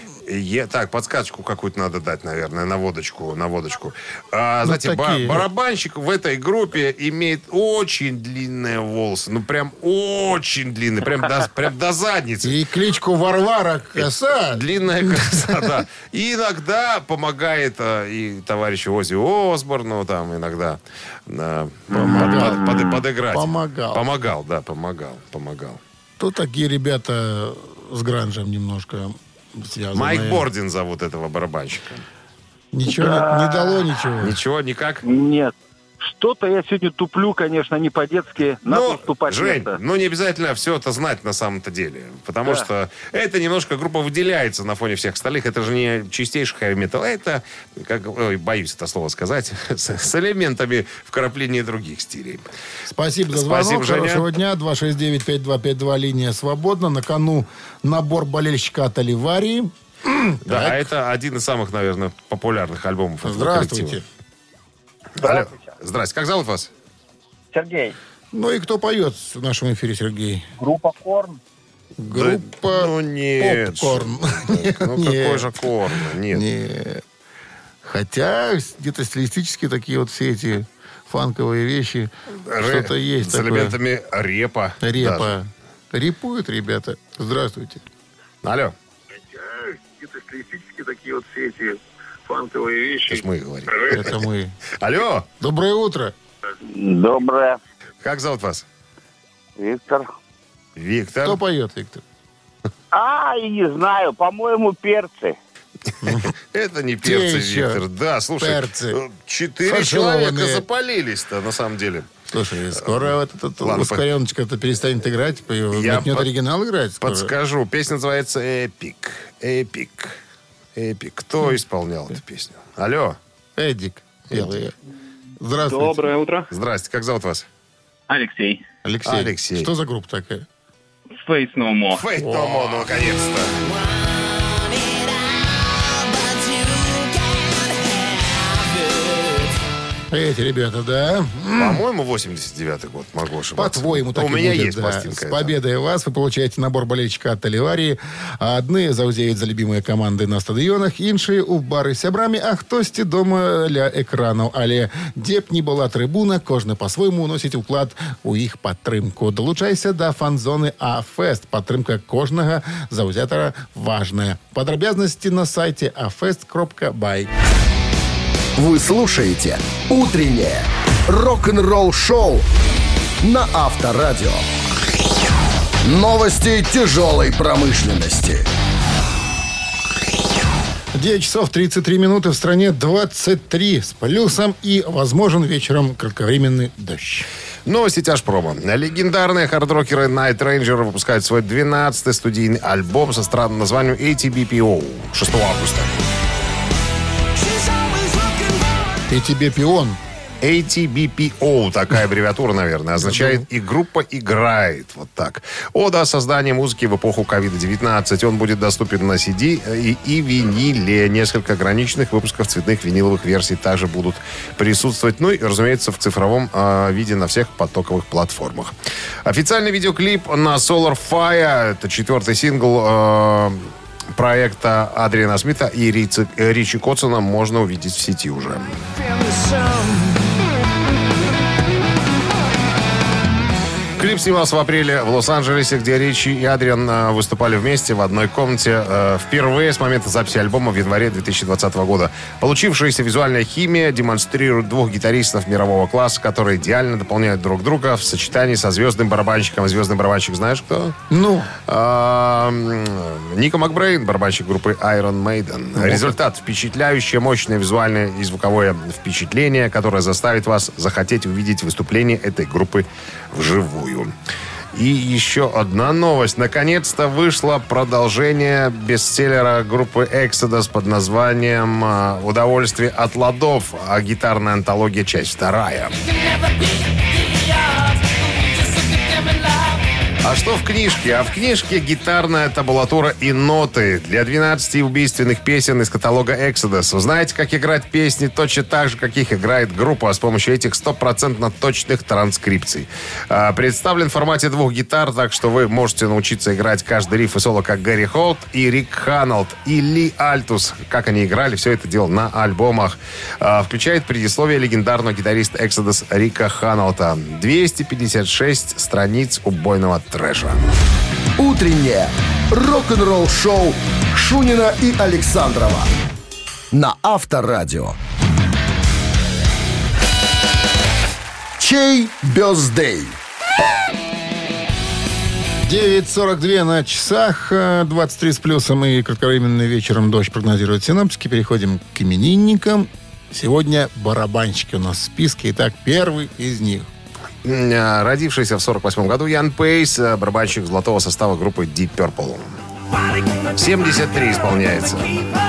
Е- так, подсказочку какую-то надо дать, наверное, на водочку, на водочку. А, Ну, знаете, ба- такие. барабанщик в этой группе имеет очень длинные волосы. Ну, прям очень длинные. Прям до, прям до задницы. И кличку Варвара Коса. Длинная коса, да. И иногда помогает а, и товарищу Оззи Осборну там иногда а, Помогал. под- под- подыграть. Помогал. Помогал, да, помогал, помогал. Тут такие ребята с гранжем немножко связаны. Майк Бордин зовут этого барабанщика. Ничего не, не дало ничего. Ничего, никак? Нет. Что-то я сегодня туплю, конечно, не по-детски. Надо Ну, уступать Жень, место. ну не обязательно все это знать на самом-то деле. Потому Да. что это немножко группа выделяется на фоне всех остальных. Это же не чистейший хэви-метал. Это, как, ой, боюсь это слово сказать, с, с элементами вкрапления других стилей. Спасибо за звонок. Спасибо, Женя. Хорошего дня. два шесть девять пять два пять два. Линия свободна. На кону набор болельщика от Оливарии. Да, Так. а это один из самых, наверное, популярных альбомов этого Здравствуйте. коллектива. Алло. Здрасте. Как зовут вас? Сергей, Ну и кто поет в нашем эфире, Сергей? группа Корн. Группа Ну нет. Попкорн. Ну Нет. какой же корн? Нет. Нет. Хотя где-то стилистически такие вот все эти фанковые вещи, Ре- что-то есть С такое. элементами репа. даже. Репа. Репуют ребята. Здравствуйте. Алло. Где-то стилистически такие вот все эти фанковые вещи. Это ж мы говорим. Это мы. Алло. Доброе утро. Доброе. Как зовут вас? Виктор. Виктор. Кто поет, Виктор? А, и не знаю, по-моему, перцы. Это не Те перцы, еще Виктор. Да, слушай, перцы. э, четыре Фаршированные. человека запалились-то, на самом деле. Слушай, скоро вот этот Ладно, ускореночка-то перестанет играть. Я Начнет под- оригинал играть скоро. Подскажу. Песня называется «Эпик». Эпик. Эпик. Кто исполнял эту песню? Алло. Эдик пел ее. Здравствуйте. Доброе утро. Здрасте. Как зовут вас? Алексей. Алексей. Алексей. Что за группа такая? Face No More. Фейт No More, ну, наконец-то. Эти ребята, да? По-моему, восемьдесят девятый год. Могу ошибаться. По-твоему, так У и меня будет, есть да. пластинка. С эта. победой вас вы получаете набор болельщика от Оливарии. Одни заузеют за любимые команды на стадионах, іншие у бары з сябрамі, а хтосьці дома ля екранаў. Але дзе б ні была трибуна, кожны по-свойму уносіць уклад у іх падтрымку. Долучайся да фан-зоны А-фест. Падтрымка кожнага заўзятара важная. Падрабязнасці на сайте а фест кропка бай. Вы слушаете «Утреннее рок-н-ролл-шоу» на Авторадио. Новости тяжелой промышленности. девять часов тридцать три минуты, в стране двадцать три с плюсом и возможен вечером кратковременный дождь. Новости тяжпрома. Легендарные хард-рокеры Night Ranger выпускают свой двенадцатый студийный альбом со странным названием эй ти би пи о шестого августа. И тебе пион. эй ти би пи о, такая аббревиатура, наверное, означает «и группа играет». Вот так. Ода о создании музыки в эпоху ковид девятнадцать. Он будет доступен на си ди и, и виниле. Несколько ограниченных выпусков цветных виниловых версий также будут присутствовать. Ну и, разумеется, в цифровом э, виде на всех потоковых платформах. Официальный видеоклип на Solar Fire. Это четвертый сингл э, проекта Адриана Смита и Ричи, Ричи Котсона можно увидеть в сети уже. Клип снимался в апреле в Лос-Анджелесе, где Ричи и Адриан выступали вместе в одной комнате э, впервые с момента записи альбома в январе две тысячи двадцатого года. Получившаяся визуальная химия демонстрирует двух гитаристов мирового класса, которые идеально дополняют друг друга в сочетании со звездным барабанщиком. Звездный барабанщик знаешь кто? Ну? А, Нико Макбрейн, барабанщик группы Iron Maiden. Ну, результат — впечатляющее, мощное визуальное и звуковое впечатление, которое заставит вас захотеть увидеть выступление этой группы вживую. И еще одна новость. Наконец-то вышло продолжение бестселлера группы Exodus под названием «Удовольствие от ладов». А гитарная антология, часть вторая. А что в книжке? А в книжке гитарная табулатура и ноты для двенадцати убийственных песен из каталога Exodus. Узнаете, как играть песни точно так же, как их играет группа, с помощью этих стопроцентно точных транскрипций. А, представлен в формате двух гитар, так что вы можете научиться играть каждый риф и соло, как Гэри Холт и Рик Ханалд и Ли Альтус. Как они играли, все это дело на альбомах. А, включает предисловие легендарного гитариста Exodus Рика Ханалта. двести пятьдесят шесть страниц убойного трэша. Утреннее рок-н-ролл-шоу Шунина и Александрова на Авторадио. Чей бёздей? девять сорок два на часах, двадцать три с плюсом и кратковременный вечером дождь прогнозируют синоптики. Переходим к именинникам. Сегодня барабанщики у нас в списке. Итак, первый из них. Родившийся в сорок восьмом году Ян Пейс, барабанщик золотого состава группы Deep Purple. семьдесят три исполняется.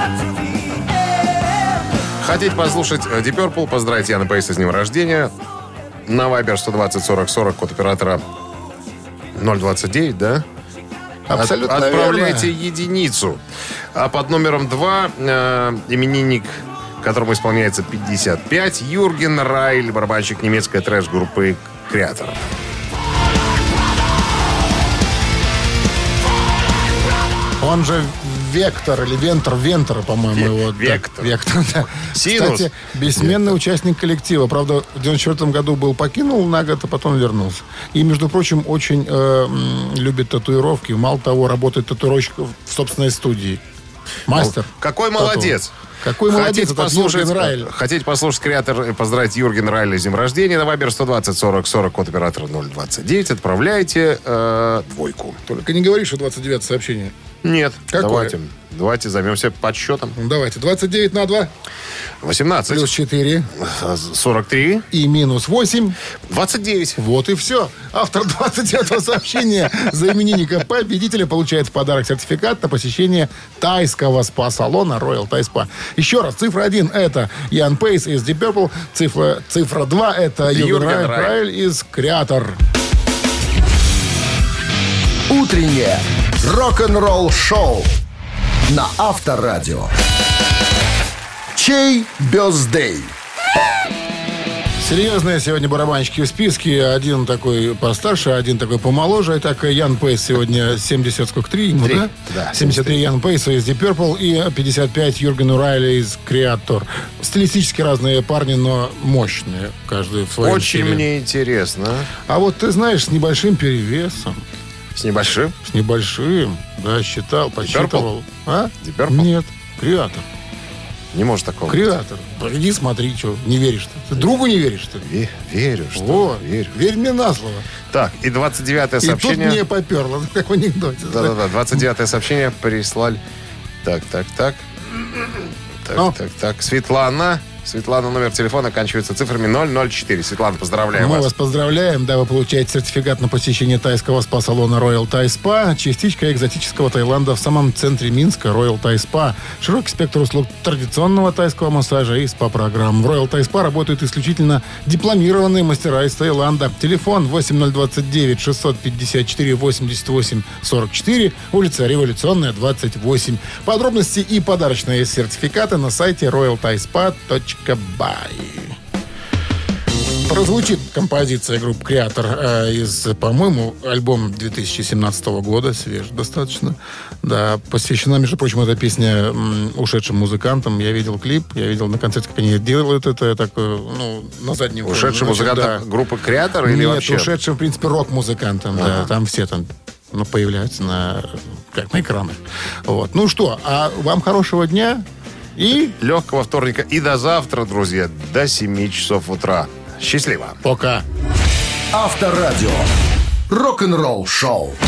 Хотите послушать Deep Purple? Поздравить Яна Пейса с днем рождения. На Viber сто двадцать сорок сорок, код оператора ноль двадцать девять, да? Абсолютно От, Отправляйте верно. единицу. А под номером два э, именинник, которому исполняется пятьдесят пять, Юрген Райль, барабанщик немецкой трэш-группы «Креатор». Он же Вектор или Вентор, Вентор, по-моему, Век, его. Вектор. Да, Вектор, да. Синус. Кстати, бессменный Вектор. участник коллектива. Правда, в девяносто четвёртом году был покинул на год, а потом вернулся. И, между прочим, очень э, м, любит татуировки. Мало того, работает татуировщиком в собственной студии. Мастер. Какой тату. молодец. Какой молодец Хотите этот послушать, Юрген Райль. хотите послушать «Креатор» и поздравить Юргена Райля с днем рождения? На Viber сто двадцать сорок сорок, код оператора ноль двадцать девять. Отправляйте э, двойку. Только не говори, что двадцать девятое сообщение. Нет. Какое? Давайте, давайте займемся подсчетом. Ну, давайте. двадцать девять на два. восемнадцать. Плюс четыре. сорок три. И минус восемь. двадцать девять. Вот и все. Автор двадцать девятого сообщения за именинника победителя получает в подарок сертификат на посещение тайского спа-салона Royal Thai Spa. Еще раз, цифра один это Ян Пейс из Deep Purple, цифра, цифра два это Юрген Юрген Райль, Райль из Креатор. Утреннее рок-н-ролл-шоу на Авторадио. Чей бёздей? Серьезные сегодня барабанщики в списке. Один такой постарше, один такой помоложе. Итак, Ян Пейс сегодня семьдесят, сколько, три ему, Три. да? Да, семьдесят три Ян Пейса из Deep Purple и пятьдесят пять Юргену Райля из Креатор. Стилистически разные парни, но мощные. Каждый в своем Очень стиле. мне интересно. А вот ты знаешь, с небольшим перевесом. С небольшим? С небольшим, да, считал, подсчитывал. А? Deep Purple? Нет, Креатор. Не может такого быть. Креатор. Иди смотри, что, не веришь ты? Ты другу не веришь, что ли? Ве- Верю, что О, верю. верь мне на слово. Так, и двадцать девятое И тут сообщение. мне поперло, как в анекдоте. Да-да-да, двадцать девятое сообщение прислали. Так, так, так. Так, Ну? так, так. Светлана. Светлана, номер телефона оканчивается цифрами ноль ноль четыре. Светлана, поздравляю Мы вас. вас поздравляем. Да, вы получаете сертификат на посещение тайского спа-салона Royal Thai Spa. Частичка экзотического Таиланда в самом центре Минска. Royal Thai Spa. Широкий спектр услуг традиционного тайского массажа и спа-программ. В Royal Thai Spa работают исключительно дипломированные мастера из Таиланда. Телефон восемь ноль двадцать девять шестьсот пятьдесят четыре восемьдесят восемь сорок четыре. Улица Революционная, двадцать восемь. Подробности и подарочные сертификаты на сайте роял тай спа точка бай. Прозвучит композиция группы «Креатор» э, из, по-моему, альбом две тысячи семнадцатого года, свеж достаточно. Да, посвящена, между прочим, эта песня м, ушедшим музыкантам. Я видел клип, я видел на концерте, как они делают это, так, ну, на заднем фоне. Ушедшим Значит, музыкантам да. группы «Креатор» или Нет, вообще? ушедшим, в принципе, рок-музыкантам, ага. Да, там все там, ну, появляются на, как на экранах. Вот. Ну что, а вам хорошего дня и... Легкого вторника. И до завтра, друзья, до семи часов утра. Счастливо. Пока. Авторадио. Рок-н-ролл шоу.